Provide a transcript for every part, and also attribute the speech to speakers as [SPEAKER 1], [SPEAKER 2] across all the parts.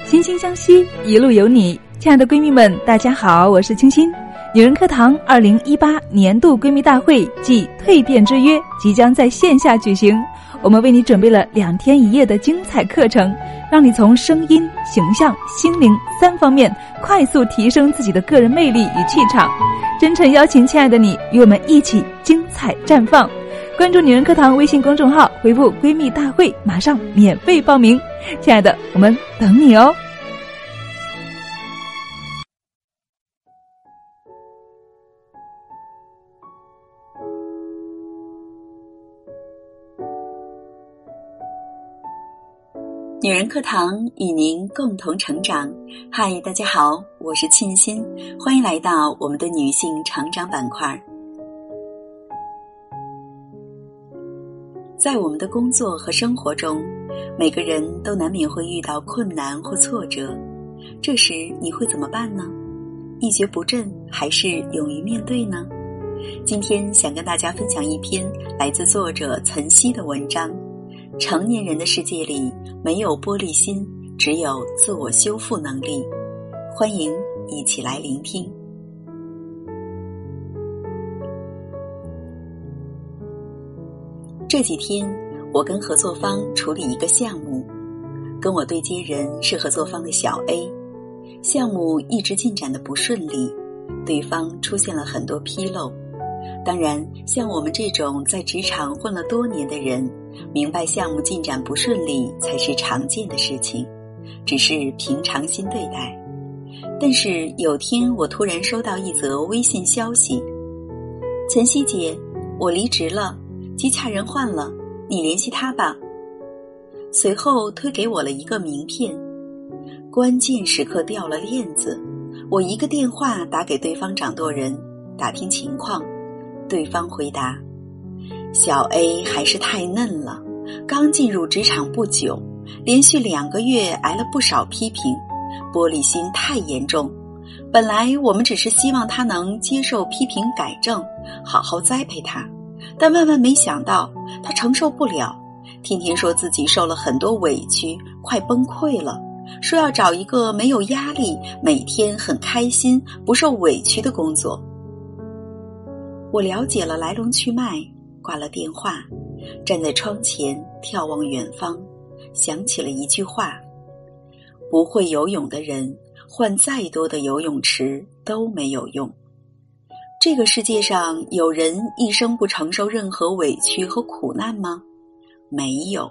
[SPEAKER 1] 惺惺相惜，一路有你。亲爱的闺蜜们，大家好，我是清新。女人课堂2018年度闺蜜大会暨蜕变之约即将在线下举行，我们为你准备了2天1夜的精彩课程，让你从声音、形象、心灵3方面快速提升自己的个人魅力与气场。真诚邀请亲爱的你与我们一起精彩绽放。关注女人课堂微信公众号，回复闺蜜大会，马上免费报名。亲爱的，我们等你哦。
[SPEAKER 2] 女人课堂与您共同成长。嗨，大家好，我是沁心，欢迎来到我们的女性成长板块。在我们的工作和生活中，每个人都难免会遇到困难或挫折，这时你会怎么办呢？一蹶不振，还是勇于面对呢？今天想跟大家分享一篇来自作者岑曦的文章。成年人的世界里，没有玻璃心，只有自我修复能力。欢迎一起来聆听。这几天，我跟合作方处理一个项目，跟我对接人是合作方的小 A。项目一直进展得不顺利，对方出现了很多纰漏。当然，像我们这种在职场混了多年的人，明白项目进展不顺利才是常见的事情，只是平常心对待。但是有天我突然收到一则微信消息，岑曦姐，我离职了，接洽人换了，你联系他吧。随后推给我了一个名片，关键时刻掉了链子，我一个电话打给对方掌舵人，打听情况。对方回答，小 A 还是太嫩了，刚进入职场不久，连续2个月挨了不少批评，玻璃心太严重。本来我们只是希望他能接受批评改正，好好栽培他，但万万没想到他承受不了，天天说自己受了很多委屈，快崩溃了，说要找一个没有压力，每天很开心，不受委屈的工作。我了解了来龙去脉，挂了电话，站在窗前眺望远方，想起了一句话：不会游泳的人换再多的游泳池都没有用。这个世界上有人一生不承受任何委屈和苦难吗？没有。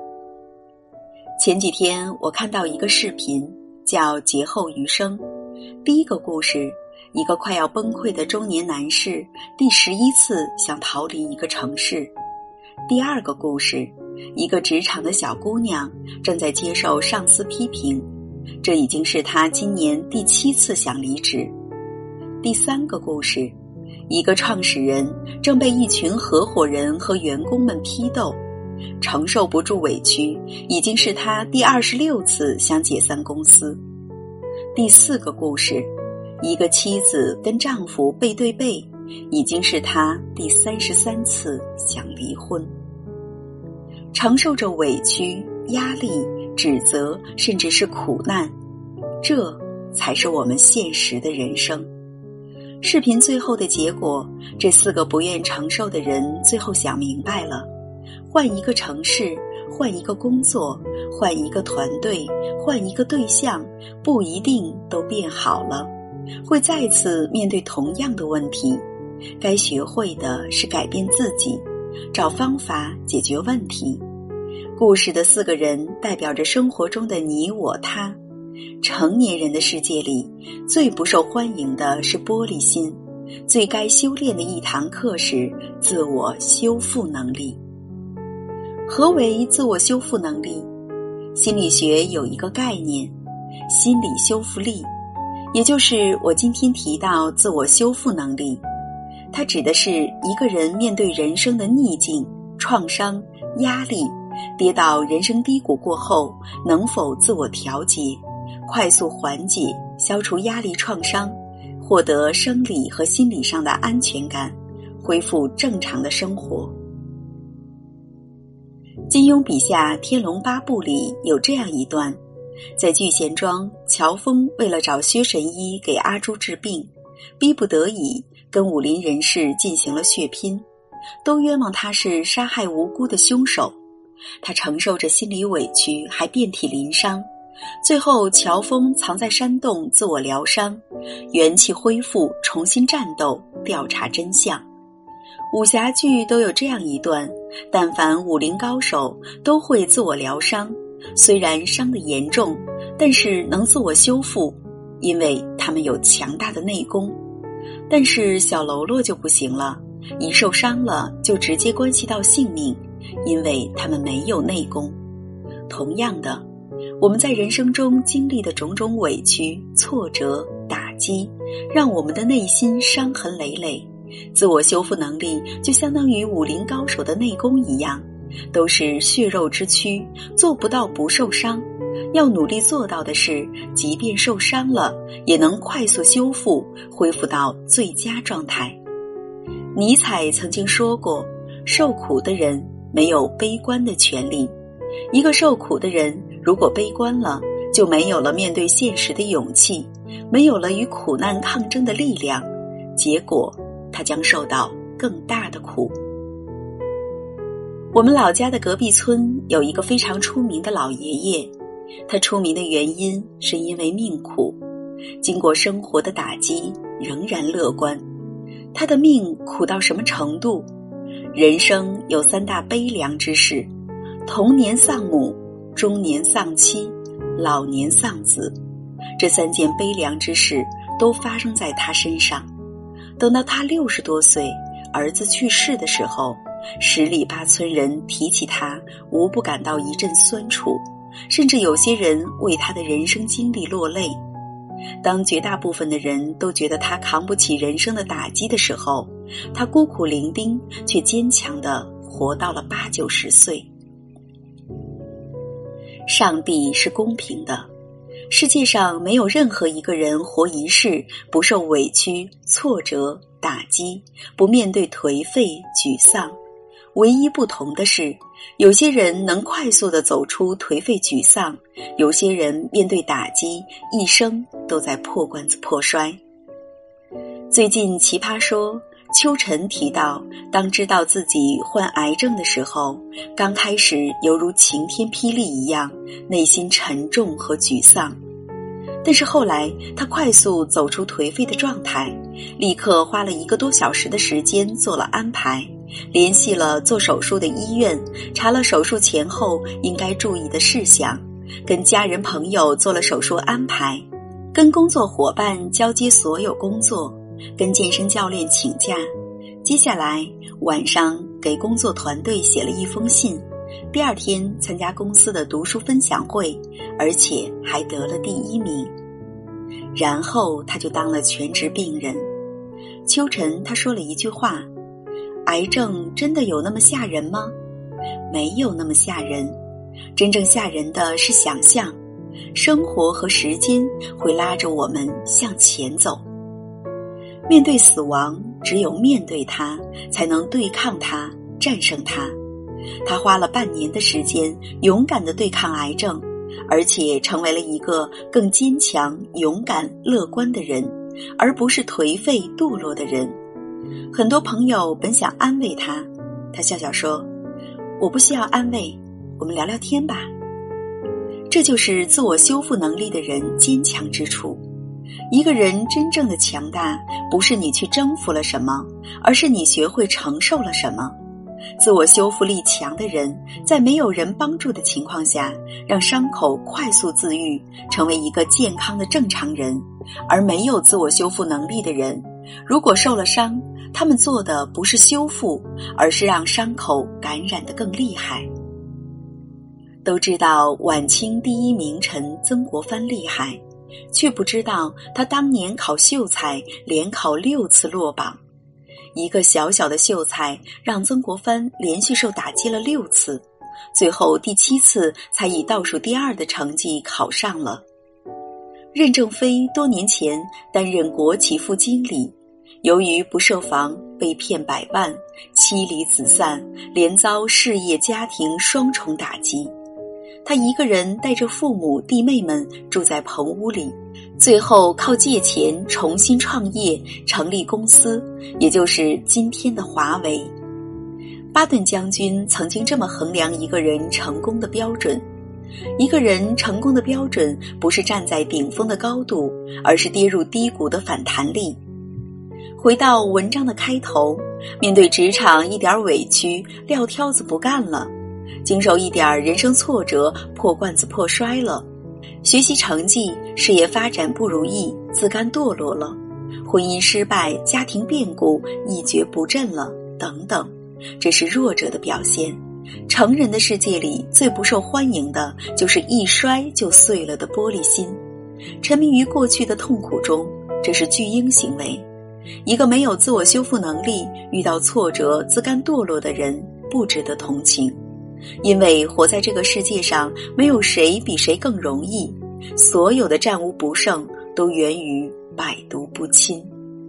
[SPEAKER 2] 前几天我看到一个视频，叫劫后余生。第一个故事，一个快要崩溃的中年男士第11次想逃离一个城市。第二个故事，一个职场的小姑娘正在接受上司批评，这已经是她今年第7次想离职。第3个故事，一个创始人正被一群合伙人和员工们批斗，承受不住委屈，已经是他第26次想解散公司。第4个故事，一个妻子跟丈夫背对背，已经是他第33次想离婚。承受着委屈、压力、指责，甚至是苦难，这才是我们现实的人生。视频最后的结果，这4个不愿承受的人最后想明白了，换一个城市，换一个工作，换一个团队，换一个对象，不一定都变好了，会再次面对同样的问题。该学会的是改变自己，找方法解决问题。故事的4个人代表着生活中的你我他。成年人的世界里，最不受欢迎的是玻璃心，最该修炼的一堂课是自我修复能力。何为自我修复能力？心理学有一个概念，心理修复力，也就是我今天提到自我修复能力。它指的是一个人面对人生的逆境、创伤、压力，跌到人生低谷过后，能否自我调节，快速缓解、消除压力创伤，获得生理和心理上的安全感，恢复正常的生活。金庸笔下《天龙八部》里有这样一段， 在聚贤庄，乔峰为了找薛神医给阿朱治病，逼不得已跟武林人士进行了血拼，都冤枉他是杀害无辜的凶手。他承受着心理委屈，还遍体鳞伤。最后乔峰藏在山洞自我疗伤，元气恢复，重新战斗，调查真相。武侠剧都有这样一段，但凡武林高手都会自我疗伤，虽然伤得严重，但是能自我修复，因为他们有强大的内功。但是小喽啰就不行了，一受伤了就直接关系到性命，因为他们没有内功。同样的，我们在人生中经历的种种委屈、挫折、打击，让我们的内心伤痕累累。自我修复能力就相当于武林高手的内功一样，都是血肉之躯，做不到不受伤。要努力做到的是，即便受伤了，也能快速修复，恢复到最佳状态。尼采曾经说过，受苦的人没有悲观的权利。一个受苦的人如果悲观了，就没有了面对现实的勇气，没有了与苦难抗争的力量，结果他将受到更大的苦。我们老家的隔壁村有一个非常出名的老爷爷，他出名的原因是因为命苦，经过生活的打击仍然乐观。他的命苦到什么程度？人生有3大悲凉之事，童年丧母，中年丧妻，老年丧子。这3件悲凉之事都发生在他身上。等到他60多岁，儿子去世的时候，10里8村人提起他，无不感到一阵酸楚，甚至有些人为他的人生经历落泪。当绝大部分的人都觉得他扛不起人生的打击的时候，他孤苦伶仃，却坚强地活到了80、90岁。上帝是公平的，世界上没有任何一个人活一世不受委屈、挫折、打击，不面对颓废、沮丧。唯一不同的是，有些人能快速地走出颓废沮丧，有些人面对打击，一生都在破罐子破摔。最近奇葩说，秋晨提到，当知道自己患癌症的时候，刚开始犹如晴天霹雳一样，内心沉重和沮丧。但是后来他快速走出颓废的状态，立刻花了1个多小时的时间做了安排，联系了做手术的医院，查了手术前后应该注意的事项，跟家人朋友做了手术安排，跟工作伙伴交接所有工作，跟健身教练请假。接下来晚上给工作团队写了一封信，第2天参加公司的读书分享会，而且还得了第1名。然后他就当了全职病人。秋晨他说了一句话，癌症真的有那么吓人吗？没有那么吓人，真正吓人的是想象，生活和时间会拉着我们向前走。面对死亡，只有面对它，才能对抗它，战胜它。他花了半年的时间，勇敢地对抗癌症，而且成为了一个更坚强、勇敢、乐观的人，而不是颓废、堕落的人。很多朋友本想安慰他，他笑笑说：“我不需要安慰，我们聊聊天吧。”这就是自我修复能力的人坚强之处。一个人真正的强大，不是你去征服了什么，而是你学会承受了什么。自我修复力强的人，在没有人帮助的情况下，让伤口快速自愈，成为一个健康的正常人。而没有自我修复能力的人，如果受了伤，他们做的不是修复，而是让伤口感染得更厉害。都知道晚清第1名臣曾国藩厉害，却不知道他当年考秀才连考6次落榜。一个小小的秀才让曾国藩连续受打击了6次，最后第7次才以倒数第2的成绩考上了。任正非多年前担任国企副经理，由于不设防被骗100万，妻离子散，连遭事业家庭双重打击。 他一个人带着父母弟妹们住在棚屋里，最后靠借钱重新创业，成立公司，也就是今天的华为。巴顿将军曾经这么衡量一个人成功的标准：一个人成功的标准不是站在顶峰的高度，而是跌入低谷的反弹力。回到文章的开头，面对职场一点委屈，撂挑子不干了；经受一点人生挫折，破罐子破摔了；学习成绩、事业发展不如意，自甘堕落了；婚姻失败、家庭变故，一蹶不振了，等等。这是弱者的表现。成人的世界里最不受欢迎的就是一摔就碎了的玻璃心。沉迷于过去的痛苦中，这是巨婴行为。一个没有自我修复能力，遇到挫折自甘堕落的人不值得同情。因为活在这个世界上，没有谁比谁更容易，所有的战无不胜都源于百毒不侵。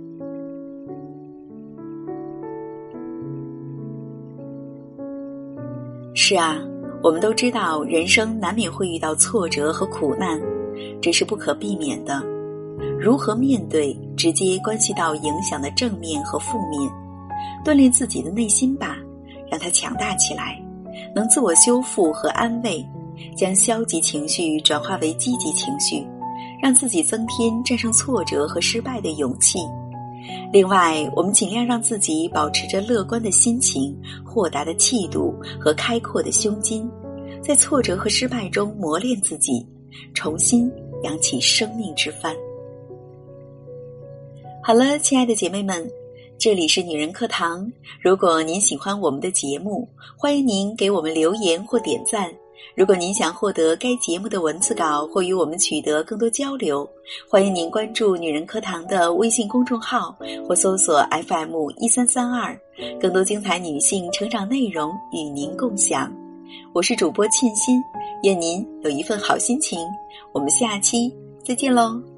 [SPEAKER 2] 是啊，我们都知道人生难免会遇到挫折和苦难，这是不可避免的。如何面对，直接关系到影响的正面和负面。锻炼自己的内心吧，让它强大起来，能自我修复和安慰，将消极情绪转化为积极情绪，让自己增添战胜挫折和失败的勇气。另外，我们尽量让自己保持着乐观的心情、豁达的气度和开阔的胸襟，在挫折和失败中磨练自己，重新扬起生命之帆。好了，亲爱的姐妹们，这里是女人课堂。如果您喜欢我们的节目，欢迎您给我们留言或点赞。如果您想获得该节目的文字稿或与我们取得更多交流，欢迎您关注女人课堂的微信公众号或搜索 FM1332，更多精彩女性成长内容与您共享。我是主播沁心，愿您有一份好心情。我们下期再见喽。